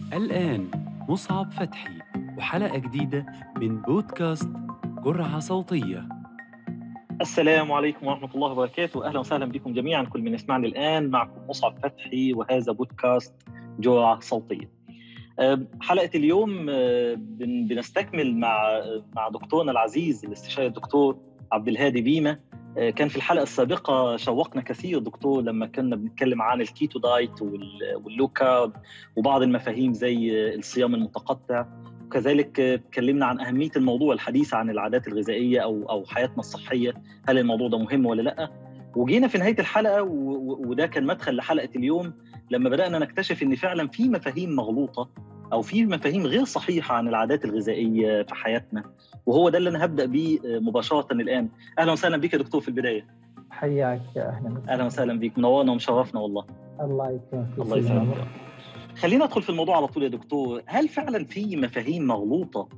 الآن مصعب فتحي وحلقة جديدة من بودكاست جرعة صوتية. السلام عليكم ورحمة الله وبركاته. أهلا وسهلا بكم جميعا كل من يسمعني الآن. معكم مصعب فتحي وهذا بودكاست جرعة صوتية. حلقة اليوم بنستكمل مع دكتورنا العزيز الاستشاري الدكتور عبد الهادي بيمة. كان في الحلقة السابقة شوقنا كثير دكتور لما كنا بنتكلم عن الكيتو دايت واللو كارب وبعض المفاهيم زي الصيام المتقطع، وكذلك تكلمنا عن أهمية الموضوع الحديث عن العادات الغذائية أو حياتنا الصحية، هل الموضوع ده مهم ولا لأ. وجينا في نهاية الحلقة وده كان مدخل لحلقة اليوم لما بدأنا نكتشف إن فعلا في مفاهيم مغلوطة أو في مفاهيم غير صحيحة عن العادات الغذائية في حياتنا، وهو ده اللي أنا هبدأ بيه مباشرة الآن. أهلا وسهلا بك يا دكتور في البداية. حياك. أهلا وسهلا بك، منورنا ومشرفنا والله. الله يكرمك. الله يسلمك. خلينا ندخل في الموضوع على طول يا دكتور. هل فعلا في مفاهيم مغلوطة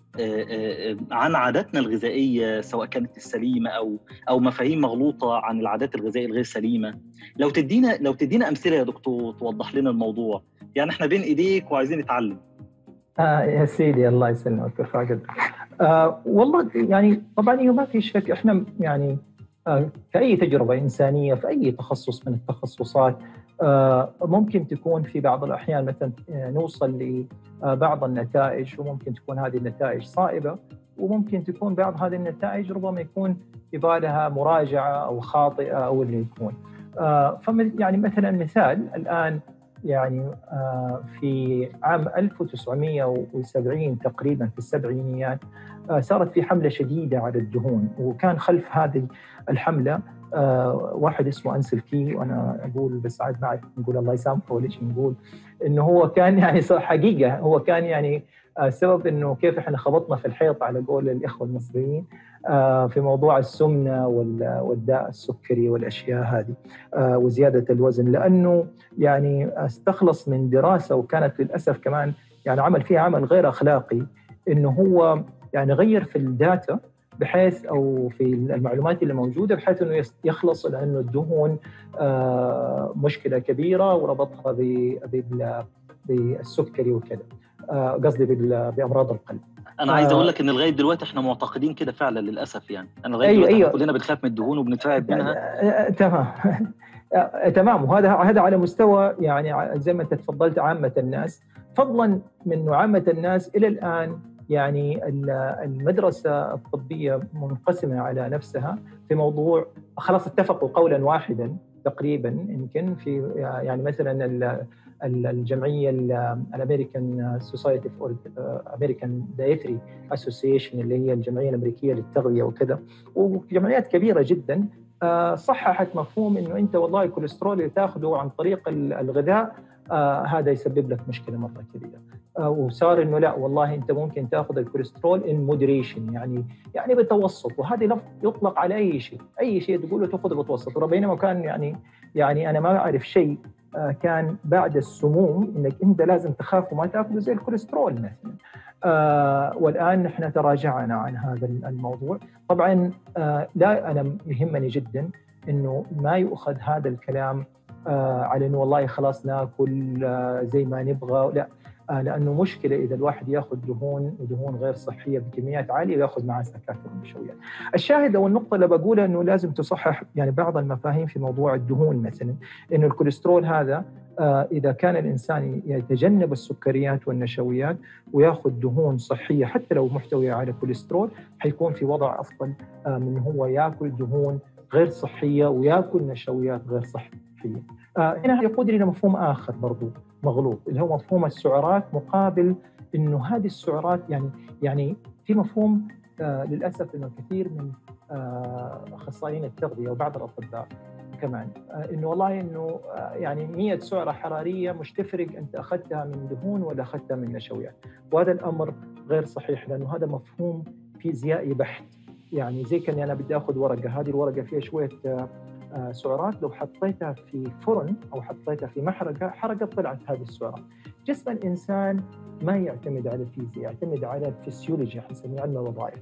عن عاداتنا الغذائية سواء كانت السليمة أو مفاهيم مغلوطة عن العادات الغذائية الغير سليمة؟ لو تدينا أمثلة يا دكتور توضح لنا الموضوع، يعني احنا بين إيديك وعايزين نتعلم. يا سيدي الله يسلمك ويرفع قدرك. والله يعني طبعا ما في شك احنا يعني كأي تجربة إنسانية في أي تخصص من التخصصات ممكن تكون في بعض الأحيان مثلا نوصل لبعض النتائج، وممكن تكون هذه النتائج صائبة، وممكن تكون بعض هذه النتائج ربما يكون يبالها مراجعة أو خاطئة أو اللي يكون. يعني مثلا مثال الآن يعني في عام 1970 تقريبا في السبعينيات صارت في حملة شديدة على الدهون، وكان خلف هذه الحملة واحد اسمه أنسل كي، وأنا أقول بس عاد ما أعرف نقول الله يسامحه ولا شيء، نقول إنه هو كان يعني حقيقة هو كان يعني سبب إنه كيف إحنا خبطنا في الحيط على قول الإخوة المصريين في موضوع السمنة والداء السكري والأشياء هذه وزيادة الوزن، لأنه يعني استخلص من دراسة وكانت للأسف كمان يعني عمل فيها عمل غير أخلاقي، إنه هو يعني غير في الداتا بحيث أو في المعلومات اللي موجودة بحيث إنه يخلص لأنه الدهون مشكلة كبيرة، وربطها بالسكري وكذا، قصدي بأمراض القلب. أنا عايز أقول لك إن لغاية دلوقتي إحنا معتقدين كده فعلا للأسف. يعني أنا لغاية دلوقتي أيوة. كلنا بنخاف من الدهون وبنترعب منها. تمام. تمام. وهذا على مستوى يعني زي ما أنت تفضلت عامة الناس، فضلا من عامة الناس إلى الآن يعني المدرسة الطبية منقسمة على نفسها في موضوع خلاص اتفقوا قولا واحدا تقريبا، يمكن في يعني مثلا الجمعية الأمريكان سوسايتي فور أمريكان دايتري أسوسيشن اللي هي الجمعية الأمريكية للتغذية وكذا، وجمعيات كبيرة جدا صححت مفهوم إنه أنت والله الكوليسترول اللي تأخذه عن طريق الغذاء هذا يسبب لك مشكلة مرة كبيرة. وصار إنه لا والله أنت ممكن تأخذ الكوليسترول in moderation، يعني بتوسط، وهذا لفظ يطلق على أي شيء تقوله تأخذه بتوسط. وبينما كان يعني أنا ما أعرف شيء كان بعد السموم إنك أنت لازم تخاف وما تأكله زي الكوليسترول مثلا. والآن نحن تراجعنا عن هذا الموضوع. طبعا لا، أنا يهمني جدا إنه ما يؤخذ هذا الكلام على إنه والله خلاص ناكل زي ما نبغى، لا، لأنه مشكلة إذا الواحد يأخذ دهون غير صحية بكميات عالية ويأخذ معها سكاكين ونشويات. الشاهد أو النقطة اللي بقولها إنه لازم تصحح يعني بعض المفاهيم في موضوع الدهون، مثلا إنه الكوليسترول هذا إذا كان الإنسان يتجنب السكريات والنشويات ويأخذ دهون صحية حتى لو محتوية على كوليسترول، حيكون في وضع أفضل من هو يأكل دهون غير صحية ويأكل نشويات غير صحية. هنا يقودني إلى مفهوم آخر برضو مغلوط، اللي هو مفهوم السعرات مقابل إنه هذه السعرات يعني في مفهوم للأسف إنه كثير من أخصائيين التغذية وبعض الأطباء كمان إنه والله إنه يعني 100 سعرة حرارية مش تفرق أنت أخذتها من دهون ولا أخذتها من نشويات، وهذا الأمر غير صحيح، لأنه هذا مفهوم فيزيائي بحت. يعني زي كأني أنا بدي أخذ ورقة، هذه الورقة فيها شوية سعرات، لو حطيتها في فرن أو حطيتها في محرقة حرقت طلعت هذه السعرات. جسم الإنسان ما يعتمد على الفيزياء، يعتمد على الفسيولوجيا حسب علم الوظائف.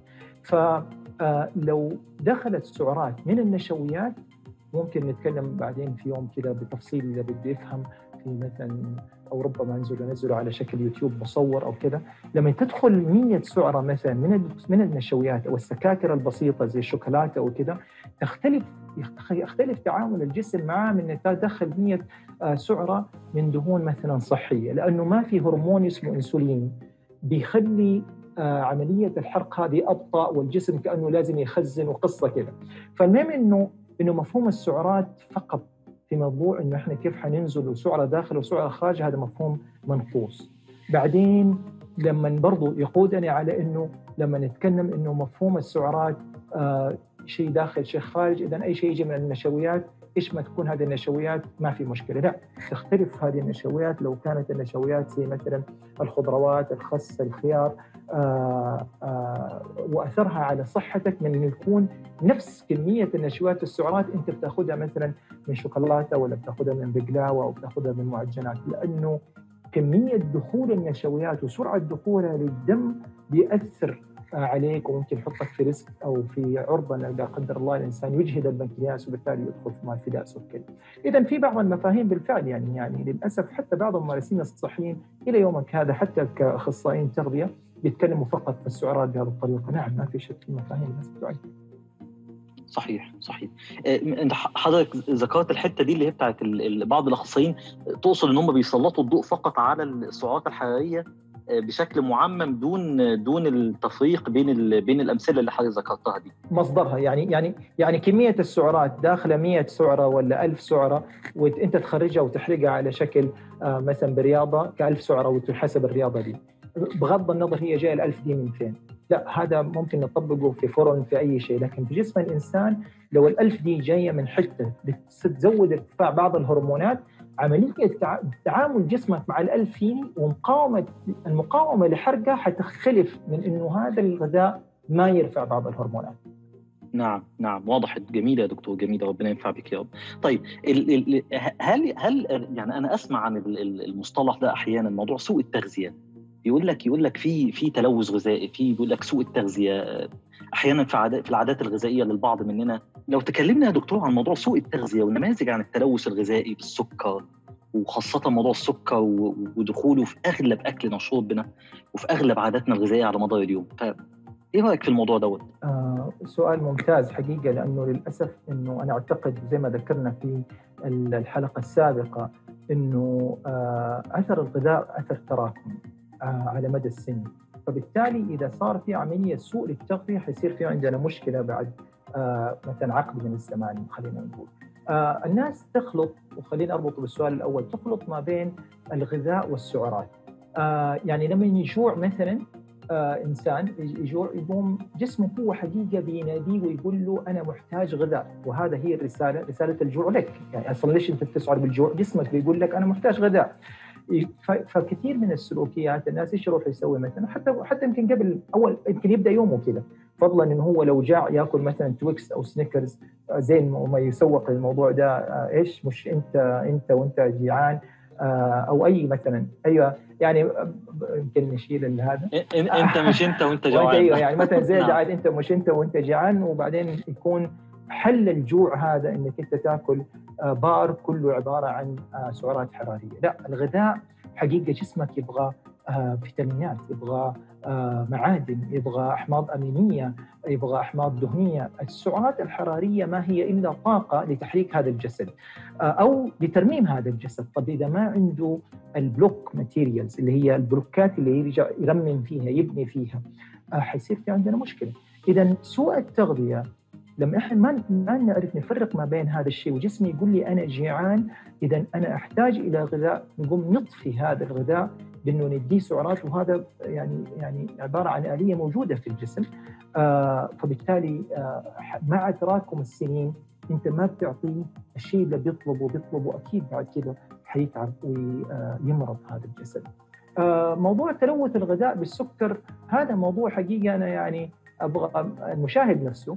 فلو دخلت سعرات من النشويات ممكن نتكلم بعدين في يوم كده بتفصيل اللي بده يفهم في مثلا أو ربما أنزله على شكل يوتيوب مصور أو كذا. لما تدخل 100 سعرة مثلا من النشويات أو السكاكر البسيطة زي الشوكولاتة أو كذا، يختلف تعامل الجسم معاه من أنك تدخل 100 سعرة من دهون مثلا صحية، لأنه ما في هرمون اسمه إنسولين بيخلي عملية الحرق هذه أبطأ، والجسم كأنه لازم يخزن وقصة كذا. فالمهم إنه مفهوم السعرات فقط في موضوع إنه إحنا كيف حننزل سعرة داخل وسعرة خارج، هذا مفهوم منقوص. بعدين لما برضو يقودني على إنه لما نتكلم إنه مفهوم السعرات شيء داخل شيء خارج، إذن أي شيء يجي من النشويات إيش ما تكون هذه النشويات ما في مشكلة. لا، تختلف هذه النشويات لو كانت النشويات زي مثلا الخضروات، الخس، الخيار، وأثرها على صحتك من أن يكون نفس كمية النشويات والسعرات أنت بتأخذها مثلا من شوكولاتة ولا بتأخذها من بقلاوة أو بتأخذها من معجنات، لأنه كمية دخول النشويات وسرعة دخولها للدم بيأثر عليك وممكن يحطك في ريسك أو في عرضة لا قدر الله الإنسان يجهد البنكرياس وبالتالي يدخل في مال فداء سكري. إذن في بعض المفاهيم بالفعل يعني للأسف حتى بعض الممارسين الصحيين إلى يومك هذا حتى كأخصائيين تغذية بيتكلموا فقط في السعرات بهذه الطريقة. نعم، ما في شك في مفاهيم الناس بتوعي. صحيح. انت حضرتك ذكرت الحته دي اللي هي بتاعت بعض الاخصائيين، تقصد ان هم بيسلطوا الضوء فقط على السعرات الحراريه بشكل معمم دون التفريق بين الامثله اللي حضرتك ذكرتها دي. مصدرها يعني كميه السعرات داخله 100 سعره ولا 1000 سعره وانت تخرجها وتحرقها على شكل مثلا برياضه ك1000 سعره وتحسب الرياضه دي، بغض النظر هي جايه ال1000 دي من فين. لا، هذا ممكن نطبقه في فرن في أي شيء، لكن في جسم الإنسان لو ال1000 دي جاية من حتة بتزود ارتفاع بعض الهرمونات، عملية تعامل جسمك مع ال1000 فيه المقاومة لحرقها حتختلف من إنه هذا الغذاء ما يرفع بعض الهرمونات. نعم وضحت. جميلة يا دكتور، جميلة، ربنا ينفع بك يا رب. طيب هل يعني أنا أسمع عن المصطلح ده أحيانا، موضوع سوء التغذية. يقول لك في تلوث غذائي، بيقول لك سوء التغذية احيانا في العادات الغذائيه للبعض مننا. لو تكلمنا يا دكتور عن موضوع سوء التغذيه والنماذج عن التلوث الغذائي بالسكر، وخاصه موضوع السكر ودخوله في اغلب اكلنا وشربنا وفي اغلب عاداتنا الغذائيه على مدار اليوم، ايه رايك في الموضوع دوت؟ سؤال ممتاز حقيقه، لانه للاسف انه انا اعتقد زي ما ذكرنا في الحلقه السابقه انه اثر الغذاء اثر تراكمي على مدى السن، فبالتالي إذا صار في عملية سوء للتغذية حيصير في عندنا مشكلة بعد مثلا عقد من الزمان. خلينا نقول الناس تخلط، وخلينا أربطه بالسؤال الأول، تخلط ما بين الغذاء والسعرات. يعني لما يجوع مثلا إنسان يجوع، يقوم جسمه هو حقيقة بيناديه ويقول له أنا محتاج غذاء، وهذا هي رسالة الجوع لك. يعني أصلا ليش أنت تشعر بالجوع؟ جسمك بيقول لك أنا محتاج غذاء. فكثير من السلوكيات الناس ايش يروح يسوي مثلا، حتى يمكن قبل اول يمكن يبدا يومه كده، فضلا انه هو لو جاع ياكل مثلا تويكس او سنيكرز زي ما يسوق الموضوع ده، ايش مش انت وانت جيعان، او اي مثلا ايوه يعني يمكن نشيل هذا انت مش انت وانت جوعان. ايوه يعني مثلا زي قاعد انت مش انت وانت جيعان، وبعدين يكون حل الجوع هذا انك انت تاكل بار كله عباره عن سعرات حراريه. لا، الغذاء حقيقه جسمك يبغى فيتامينات، يبغى معادن، يبغى احماض امينيه، يبغى احماض دهنيه. السعرات الحراريه ما هي الا طاقه لتحريك هذا الجسد او لترميم هذا الجسد. طب اذا ما عنده البلوك ماتيريالز اللي هي البلوكات اللي يرجع يرمم فيها يبني فيها، حيصير في عندنا مشكله. اذا سوء التغذيه لما احنا ما نعرف نفرق ما بين هذا الشيء، وجسمي يقول لي انا جيعان، اذا انا احتاج الى غذاء، نقوم نطفي هذا الغذاء بانه نديه سعرات، وهذا يعني عباره عن آلية موجوده في الجسم. فبالتالي مع تراكم السنين انت ما بتعطيه الشيء اللي بيطلبه اكيد بعد كده حيتعب ويمرض هذا الجسد. موضوع تلوث الغذاء بالسكر هذا موضوع حقيقه انا يعني ابغى المشاهد نفسه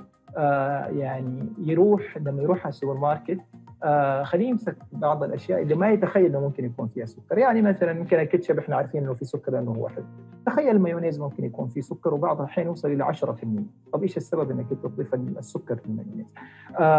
يعني لما يروح على السوبر ماركت خليه يمسك بعض الاشياء اللي ما يتخيل انه ممكن يكون فيها سكر. يعني مثلا ممكن الكاتشب احنا عارفين انه في سكر لانه هو حلو، تخيل المايونيز ممكن يكون فيه سكر وبعض الأحيان يوصل الى 10%. طب ايش السبب انك تضيف السكر في المايونيز؟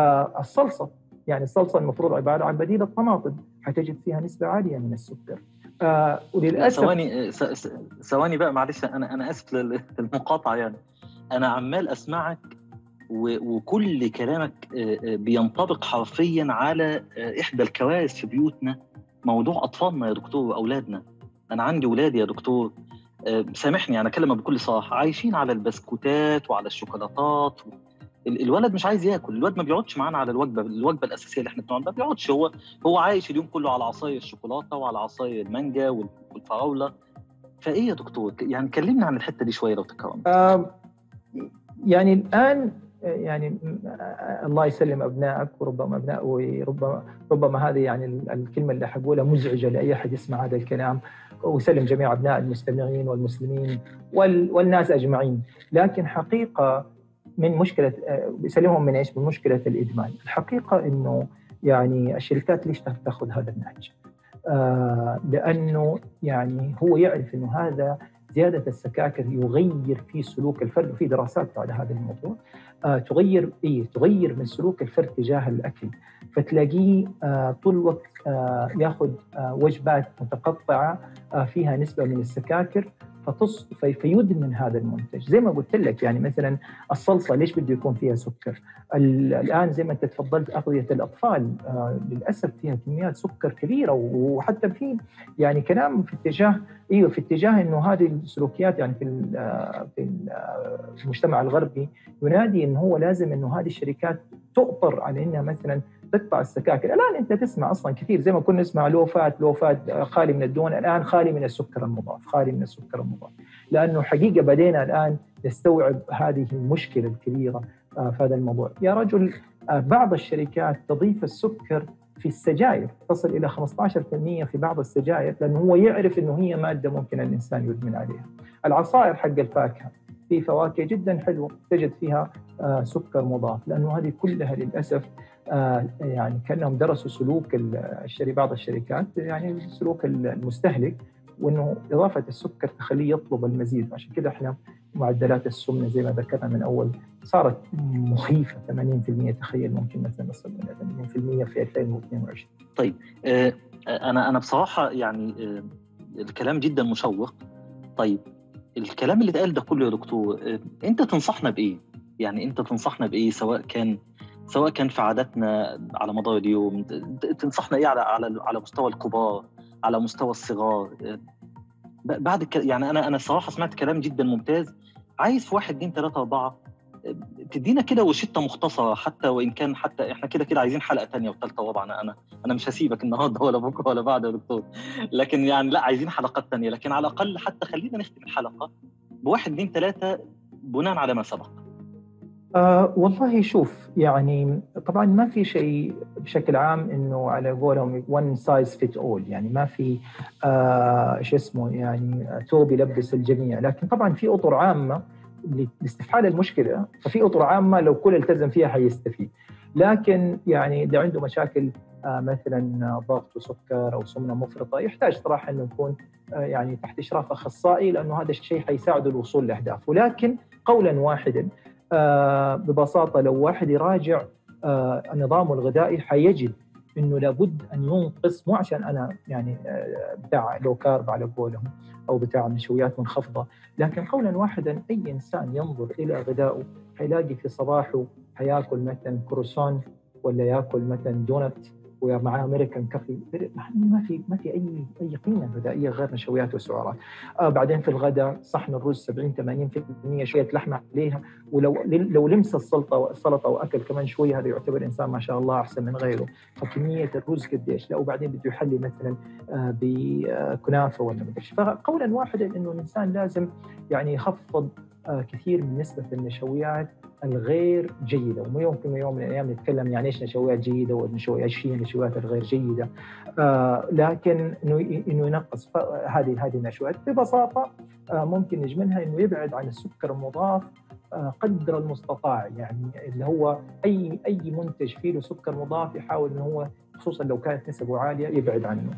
الصلصه، يعني الصلصه المفروض عباره عن بديل الطماطم، حتجد فيها نسبه عاليه من السكر. وللاسف ثواني بقى، معلش انا اسف للمقاطعه. يعني انا عمال اسمعك وكل كلامك بينطبق حرفيا على احدى الكوارث في بيوتنا، موضوع اطفالنا يا دكتور واولادنا. انا عندي اولادي يا دكتور، سامحني انا اكلمك بكل صراحه، عايشين على البسكوتات وعلى الشوكولاتات. الولد مش عايز ياكل، الولد ما بيقعدش معانا على الوجبه الاساسيه اللي احنا بنقعد، ما بيقعدش، هو عايش اليوم كله على عصاير الشوكولاته وعلى عصاير المانجا والفراوله. فايه يا دكتور، يعني كلمنا عن الحته دي شويه لو تكرم. يعني الان يعني الله يسلم ابنائك، وربما هذه يعني الكلمه اللي حقولها مزعجه لاي احد يسمع هذا الكلام، وسلم جميع ابناء المستمعين والمسلمين والناس اجمعين. لكن حقيقه من مشكله بيسلمهم من ايش؟ من مشكله الادمان. الحقيقه انه يعني الشركات ليش تاخذ هذا النهج؟ لانه يعني هو يعرف انه هذا زياده السكاكر يغير في سلوك الفرد، وفي دراسات على هذا الموضوع تغير من سلوك الفرد تجاه الاكل. فتلاقيه طول الوقت ياخذ وجبات متقطعه فيها نسبه من السكاكر، فيدمن هذا المنتج. زي ما قلت لك يعني مثلا الصلصه ليش بده يكون فيها سكر؟ الان زي ما انت تفضلت اغذيه الاطفال للاسف فيها كميات سكر كبيره، وحتى في يعني كلام في اتجاه انه هذه السلوكيات يعني في المجتمع الغربي ينادي انه هو لازم انه هذه الشركات تؤطر على انها مثلا تقطع السكاكر. الان انت تسمع اصلا كثير زي ما كنا نسمع لو فات خالي من الدهون، الان خالي من السكر المضاف، لانه حقيقه بدينا الان نستوعب هذه المشكله الكبيره في هذا الموضوع. يا رجل بعض الشركات تضيف السكر في السجاير، تصل الى 15% في بعض السجاير، لانه هو يعرف انه هي ماده ممكن الانسان يدمن عليها. العصائر حق الفاكهه، في فواكه جدا حلوه تجد فيها سكر مضاف، لانه هذه كلها للاسف يعني كانهم درسوا سلوك بعض الشركات، يعني سلوك المستهلك، وانه اضافه السكر تخليه يطلب المزيد. عشان كده احنا معدلات السمنه زي ما ذكرنا من اول صارت مخيفه 80%، تخيل ممكن مثلا نصل الى 80% في 2022. طيب انا بصراحه يعني الكلام جدا مشوق. طيب الكلام اللي اتقال ده كله يا دكتور، انت تنصحنا بايه؟ يعني انت تنصحنا بايه، سواء كان في عاداتنا على مدار اليوم، تنصحنا ايه على مستوى الكبار، على مستوى الصغار؟ يعني انا صراحه سمعت كلام جدا ممتاز. عايز في 1 2 3 4 تدينا كده وشته مختصره، حتى وان كان حتى احنا كده عايزين حلقه ثانيه وثالثه ورابعه. انا مش هسيبك النهارده ولا بكره ولا بعد يا دكتور، لكن يعني لا، عايزين حلقات ثانيه، لكن على الاقل حتى خلينا نختم الحلقه ب1 2 3 بناء على ما سبق. والله شوف، يعني طبعا ما في شيء بشكل عام انه على قولهم one size fit all، يعني ما في يعني ثوب يلبس الجميع، لكن طبعا في اطر عامه لاستفحال المشكله، ففي اطر عامه لو كل التزم فيها حيستفيد. لكن يعني اذا عنده مشاكل مثلا ضغط وسكر او سمنه مفرطه، يحتاج صراحه انه يكون يعني تحت اشراف اخصائي، لانه هذا الشيء حيساعده الوصول لاهدافه. لكن قولا واحدا ببساطة لو واحد يراجع نظامه الغذائي حيجد إنه لابد أن ينقص، مو عشان أنا يعني بتاع لو كارب على قولهم أو بتاع نشويات منخفضة، لكن قولا واحدا أي إنسان ينظر إلى غذائه حيلاقي في صباحه حياكل مثلا كروسون، ولا ياكل مثلا دونت ومعاه أمريكان كافي. ما في أي قيمة غذائية غير نشويات وسعرات. بعدين في الغداء صحن الرز 70-80% شوية لحمة عليها، ولو لمس السلطة وأكل كمان شوية، هذا يعتبر إنسان ما شاء الله أحسن من غيره. فكمية الرز قديش، لا وبعدين بده يحلي مثلا بكنافة ولا مدري. فقولا واحدا إنه الإنسان لازم يعني يخفض كثير من نسبة النشويات الغير جيدة. وما يمكن يوم من الأيام نتكلم يعني إيش نشويات جيدة والنشويات الغير جيدة، لكن إنه ينقص هذه النشويات ببساطة. ممكن نجملها إنه يبعد عن السكر المضاف قدر المستطاع، يعني اللي هو أي منتج فيه له سكر مضاف يحاول إنه هو خصوصا لو كانت نسبه عاليه يبعد عنه.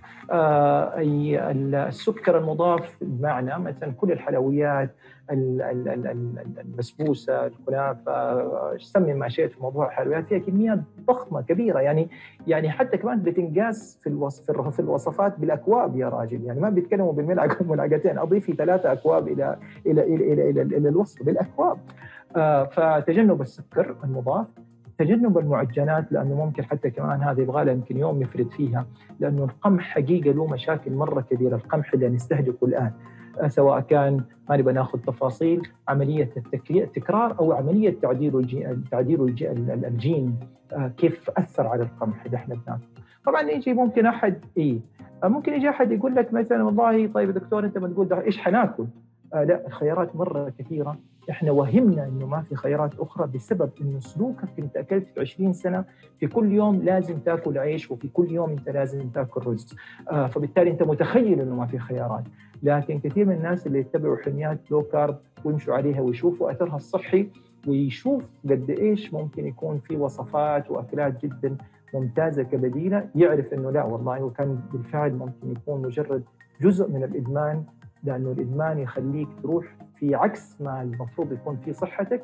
السكر المضاف بمعنى مثلا كل الحلويات، البسبوسه، الكنافه، سمي ما شئت في موضوع الحلويات، هي كميات ضخمه كبيره، يعني حتى كمان بتنقاس في الوصفات بالاكواب يا راجل، يعني ما بيتكلموا بالملعقه وملعقتين، اضيفي 3 أكواب الى الوصفه بالاكواب. فتجنب السكر المضاف، تجنب المعجنات، لانه ممكن حتى كمان هذه يبغى لها يمكن يوم نفرد فيها، لانه القمح حقيقه له مشاكل مره كبيره، القمح اللي نستهلكه الان، سواء كان ما نبغى ناخذ تفاصيل عمليه التكرار او عمليه تعديل الجين، كيف اثر على القمح اللي احنا بناكله. طبعا يجي ممكن احد ممكن يجي احد يقول لك مثلا والله طيب دكتور انت بتقول ايش حناكل؟ لا، الخيارات مره كثيره، احنا وهمنا انه ما في خيارات اخرى بسبب انه سلوكك انت اكلت في 20 سنه في كل يوم لازم تاكل عيش، وفي كل يوم انت لازم تاكل رز، فبالتالي انت متخيل انه ما في خيارات. لكن كثير من الناس اللي يتبعوا حميات لو كارب ويمشوا عليها ويشوفوا اثرها الصحي، ويشوف قد ايش ممكن يكون في وصفات واكلات جدا ممتازه كبديله، يعرف انه لا والله وكان بالفعل ممكن يكون مجرد جزء من الادمان، لانه الادمان يخليك تروح في عكس ما المفروض يكون في صحتك،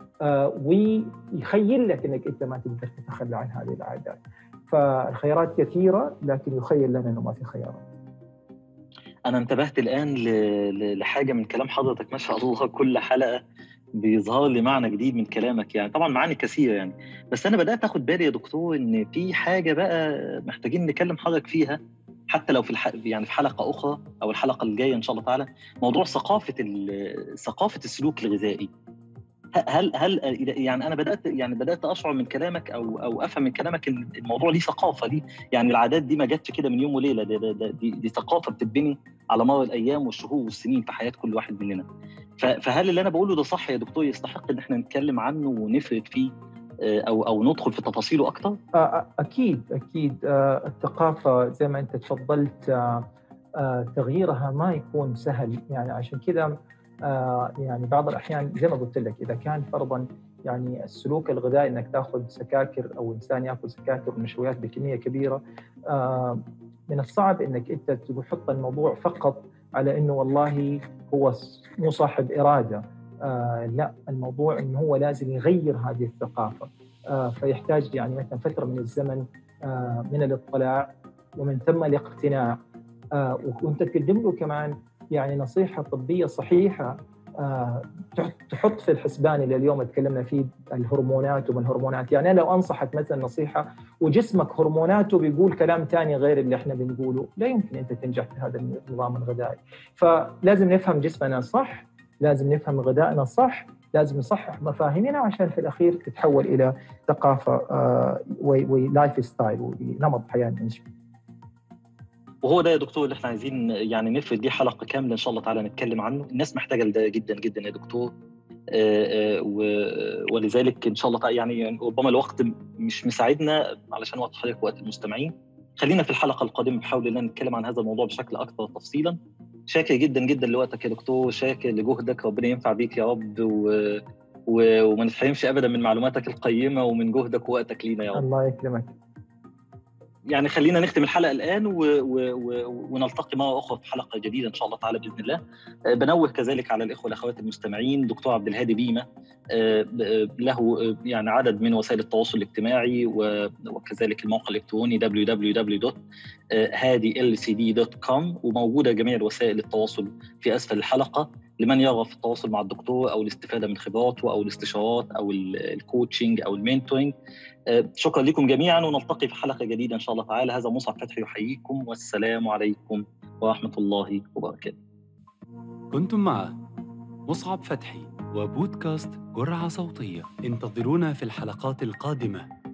ويخيل لك انك انت ما تقدر تتخلى عن هذه العادات. فالخيارات كثيره، لكن يخيل لنا انه ما في خيارات. انا انتبهت الان لحاجه من كلام حضرتك، ما شاء الله كل حلقه بيظهر لي معنى جديد من كلامك، يعني طبعا معاني كثيره يعني، بس انا بدات اخد بالي يا دكتور ان في حاجه بقى محتاجين نكلم حضرتك فيها، حتى لو في حلقه اخرى او الحلقه الجايه ان شاء الله تعالى، موضوع ثقافه السلوك الغذائي. هل يعني انا بدات اشعر من كلامك او افهم من كلامك ان الموضوع ليه ثقافه، ليه يعني العادات دي ما جاتش كده من يوم وليله، دي ثقافه بتتبني على مر الايام والشهور والسنين في حياه كل واحد مننا. فهل اللي انا بقوله ده صح يا دكتور، يستحق ان احنا نتكلم عنه ونفرد فيه او ندخل في تفاصيله اكتر؟ اكيد الثقافه زي ما انت تفضلت، تغييرها ما يكون سهل، يعني عشان كذا يعني بعض الأحيان زي ما قلت لك إذا كان فرضاً يعني السلوك الغذائي إنك تأخذ سكاكر أو إنسان يأكل سكاكر ونشويات بكمية كبيرة، من الصعب إنك أنت تحط الموضوع فقط على إنه والله هو مو صاحب إرادة. لا، الموضوع إنه هو لازم يغير هذه الثقافة، فيحتاج يعني مثلا فترة من الزمن من الاطلاع ومن ثم الاقتناع، وأنت تقدم له كمان يعني نصيحة طبية صحيحة، تحط في الحسبان اللي اليوم تكلمنا فيه الهرمونات وما الهرمونات. يعني لو أنصحك مثلا نصيحة وجسمك هرموناته بيقول كلام تاني غير اللي احنا بنقوله، لا يمكن أنت تنجح في هذا النظام الغذائي. فلازم نفهم جسمنا صح، لازم نفهم غذائنا صح، لازم نصحح مفاهيمنا عشان في الأخير تتحول إلى ثقافة ولايف ستايل ونمط حياة نعيش فيه. وهو ده يا دكتور اللي احنا عايزين يعني نفرد دي حلقه كامله ان شاء الله تعالى نتكلم عنه، الناس محتاجه لده جدا جدا يا دكتور، ولذلك ان شاء الله تعالى يعني ربما الوقت مش مساعدنا علشان وقت حضرتك وقت المستمعين، خلينا في الحلقه القادمه بحاول ان نتكلم عن هذا الموضوع بشكل اكثر تفصيلا. شاكر جدا جدا لوقتك يا دكتور، شاكر لجهدك، ربنا ينفع بيك يا رب، وما نتحرمش ابدا من معلوماتك القيمه ومن جهدك ووقتك لينا يا رب. الله يكرمك. يعني خلينا نختم الحلقة الآن ونلتقي مرة أخرى في حلقة جديدة إن شاء الله تعالى بإذن الله. بنوه كذلك على الإخوة والأخوات المستمعين، دكتور عبد الهادي بيمة له يعني عدد من وسائل التواصل الاجتماعي وكذلك الموقع الإلكتروني www.hadilcd.com، وموجودة جميع وسائل التواصل في أسفل الحلقة لمن يرغب في التواصل مع الدكتور أو الاستفادة من خبراته أو الاستشارات أو الكوتشنج أو المينتورنج. شكرا لكم جميعا، ونلتقي في حلقة جديدة إن شاء الله تعالى. هذا مصعب فتحي يحييكم، والسلام عليكم ورحمة الله وبركاته. كنتم مع مصعب فتحي وبودكاست جرعة صوتية. انتظرونا في الحلقات القادمة.